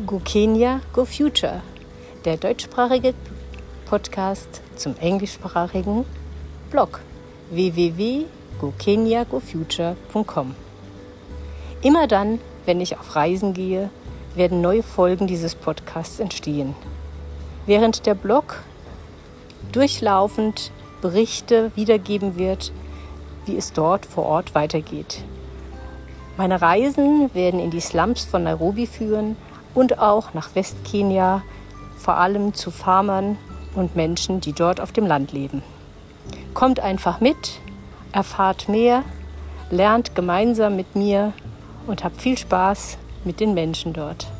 Go Kenya, Go Future, der deutschsprachige Podcast zum englischsprachigen Blog www.gokenyagofuture.com. Immer dann, wenn ich auf Reisen gehe, werden neue Folgen dieses Podcasts entstehen. Während der Blog durchlaufend Berichte wiedergeben wird, wie es dort vor Ort weitergeht. Meine Reisen werden in die Slums von Nairobi führen und auch nach Westkenia, vor allem zu Farmern und Menschen, die dort auf dem Land leben. Kommt einfach mit, erfahrt mehr, lernt gemeinsam mit mir und habt viel Spaß mit den Menschen dort.